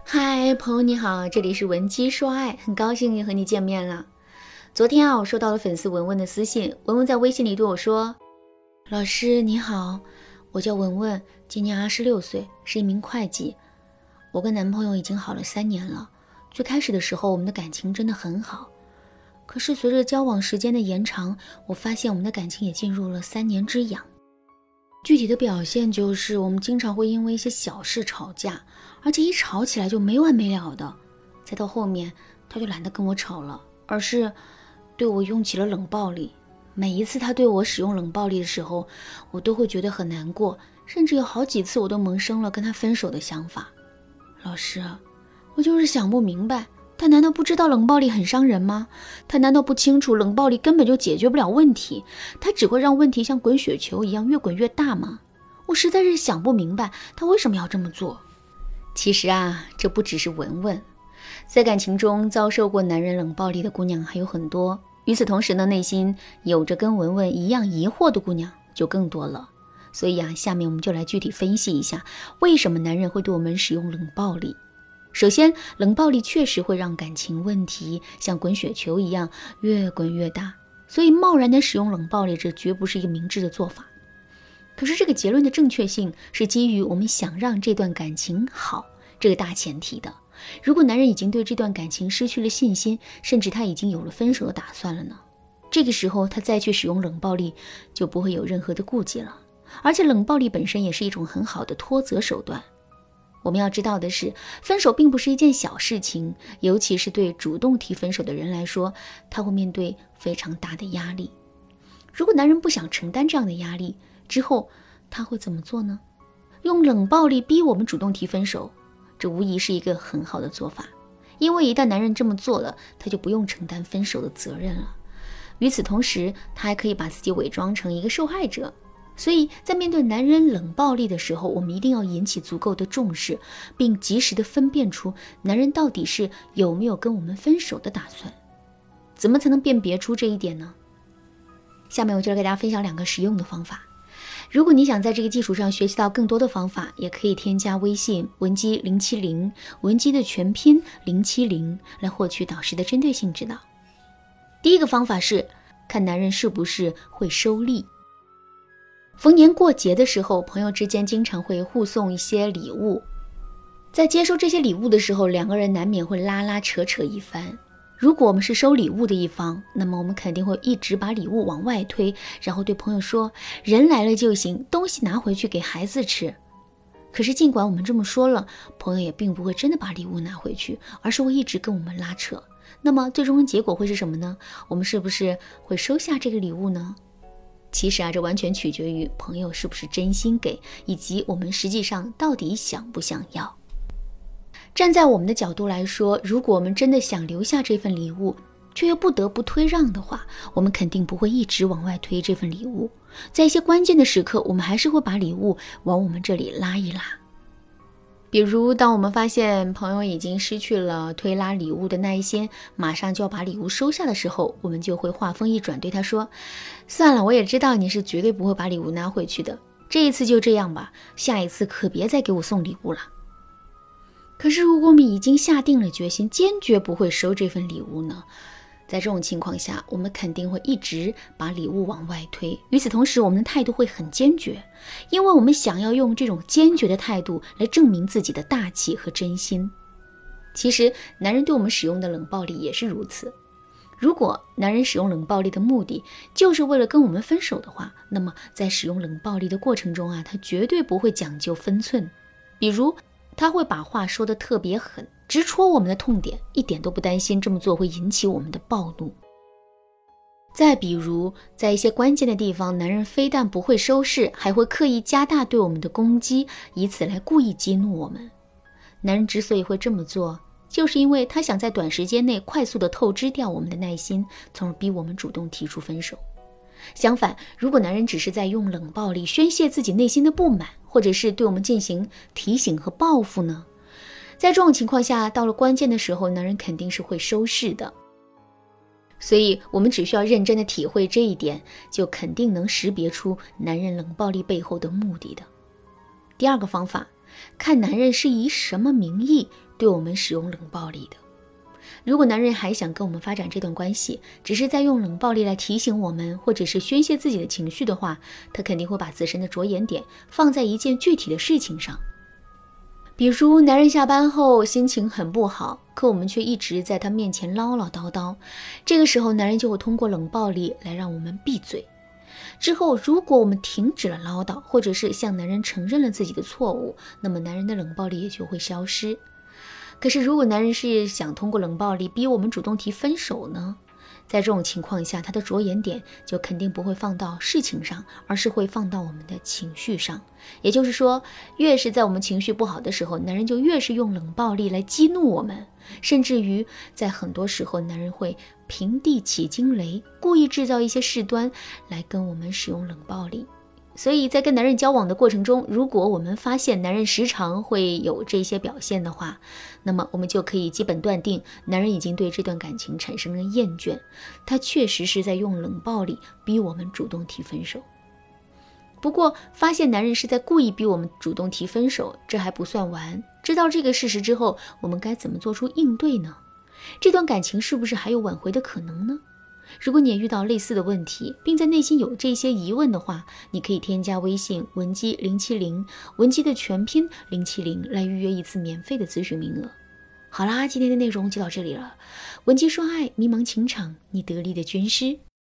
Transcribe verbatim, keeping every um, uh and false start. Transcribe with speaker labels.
Speaker 1: 嗨，朋友你好，这里是文姬说爱，很高兴又和你见面了。昨天啊，我收到了粉丝文文的私信，文文在微信里对我说：老师你好，我叫文文，今年二十六岁，是一名会计。我跟男朋友已经好了三年了，最开始的时候我们的感情真的很好，可是随着交往时间的延长，我发现我们的感情也进入了三年之痒。具体的表现就是我们经常会因为一些小事吵架，而且一吵起来就没完没了的。再到后面他就懒得跟我吵了，而是对我用起了冷暴力。每一次他对我使用冷暴力的时候，我都会觉得很难过，甚至有好几次我都萌生了跟他分手的想法。老师，我就是想不明白，他难道不知道冷暴力很伤人吗？他难道不清楚冷暴力根本就解决不了问题，他只会让问题像滚雪球一样越滚越大吗？我实在是想不明白他为什么要这么做。其实啊，这不只是文文，在感情中遭受过男人冷暴力的姑娘还有很多。与此同时呢，内心有着跟文文一样疑惑的姑娘就更多了。所以啊，下面我们就来具体分析一下，为什么男人会对我们使用冷暴力。首先，冷暴力确实会让感情问题像滚雪球一样越滚越大，所以贸然的使用冷暴力，这绝不是一个明智的做法。可是这个结论的正确性是基于我们想让这段感情好这个大前提的。如果男人已经对这段感情失去了信心，甚至他已经有了分手的打算了呢？这个时候他再去使用冷暴力就不会有任何的顾忌了。而且冷暴力本身也是一种很好的脱责手段。我们要知道的是，分手并不是一件小事情，尤其是对主动提分手的人来说，他会面对非常大的压力。如果男人不想承担这样的压力，之后他会怎么做呢？用冷暴力逼我们主动提分手，这无疑是一个很好的做法，因为一旦男人这么做了，他就不用承担分手的责任了。与此同时，他还可以把自己伪装成一个受害者。所以在面对男人冷暴力的时候，我们一定要引起足够的重视，并及时的分辨出男人到底是有没有跟我们分手的打算。怎么才能辨别出这一点呢？下面我就来给大家分享两个实用的方法。如果你想在这个基础上学习到更多的方法，也可以添加微信文姬零七零，文姬的全拼零七零，来获取导师的针对性指导。第一个方法是看男人是不是会收礼。逢年过节的时候，朋友之间经常会互送一些礼物，在接收这些礼物的时候，两个人难免会拉拉扯扯一番。如果我们是收礼物的一方，那么我们肯定会一直把礼物往外推，然后对朋友说，人来了就行，东西拿回去给孩子吃。可是尽管我们这么说了，朋友也并不会真的把礼物拿回去，而是会一直跟我们拉扯。那么最终的结果会是什么呢？我们是不是会收下这个礼物呢？其实啊，这完全取决于朋友是不是真心给，以及我们实际上到底想不想要。站在我们的角度来说，如果我们真的想留下这份礼物，却又不得不退让的话，我们肯定不会一直往外推这份礼物。在一些关键的时刻，我们还是会把礼物往我们这里拉一拉。比如当我们发现朋友已经失去了推拉礼物的耐心，马上就要把礼物收下的时候，我们就会话锋一转，对他说，算了，我也知道你是绝对不会把礼物拿回去的，这一次就这样吧，下一次可别再给我送礼物了。可是如果我们已经下定了决心，坚决不会收这份礼物呢？在这种情况下，我们肯定会一直把礼物往外推。与此同时，我们的态度会很坚决，因为我们想要用这种坚决的态度来证明自己的大气和真心。其实男人对我们使用的冷暴力也是如此。如果男人使用冷暴力的目的就是为了跟我们分手的话，那么在使用冷暴力的过程中啊，他绝对不会讲究分寸。比如他会把话说得特别狠，直戳我们的痛点，一点都不担心这么做会引起我们的暴怒。再比如在一些关键的地方，男人非但不会收拾，还会刻意加大对我们的攻击，以此来故意激怒我们。男人之所以会这么做，就是因为他想在短时间内快速地透支掉我们的耐心，从而逼我们主动提出分手。相反，如果男人只是在用冷暴力宣泄自己内心的不满，或者是对我们进行提醒和报复呢？在这种情况下，到了关键的时候，男人肯定是会收势的。所以我们只需要认真的体会这一点，就肯定能识别出男人冷暴力背后的目的的。第二个方法， 看男人是以什么名义对我们使用冷暴力的。如果男人还想跟我们发展这段关系，只是在用冷暴力来提醒我们，或者是宣泄自己的情绪的话，他肯定会把自身的着眼点放在一件具体的事情上。比如男人下班后心情很不好，可我们却一直在他面前唠唠叨叨，这个时候男人就会通过冷暴力来让我们闭嘴。之后如果我们停止了唠叨，或者是向男人承认了自己的错误，那么男人的冷暴力也就会消失。可是如果男人是想通过冷暴力逼我们主动提分手呢？在这种情况下，他的着眼点就肯定不会放到事情上，而是会放到我们的情绪上。也就是说，越是在我们情绪不好的时候，男人就越是用冷暴力来激怒我们，甚至于在很多时候，男人会平地起惊雷，故意制造一些事端来跟我们使用冷暴力。所以在跟男人交往的过程中，如果我们发现男人时常会有这些表现的话，那么我们就可以基本断定，男人已经对这段感情产生了厌倦，他确实是在用冷暴力逼我们主动提分手。不过发现男人是在故意逼我们主动提分手，这还不算完。知道这个事实之后，我们该怎么做出应对呢？这段感情是不是还有挽回的可能呢？如果你也遇到类似的问题，并在内心有这些疑问的话，你可以添加微信文姬零七零，文姬的全拼零七零，来预约一次免费的咨询名额。好啦，今天的内容就到这里了。文姬说爱，迷茫情场，你得力的军师。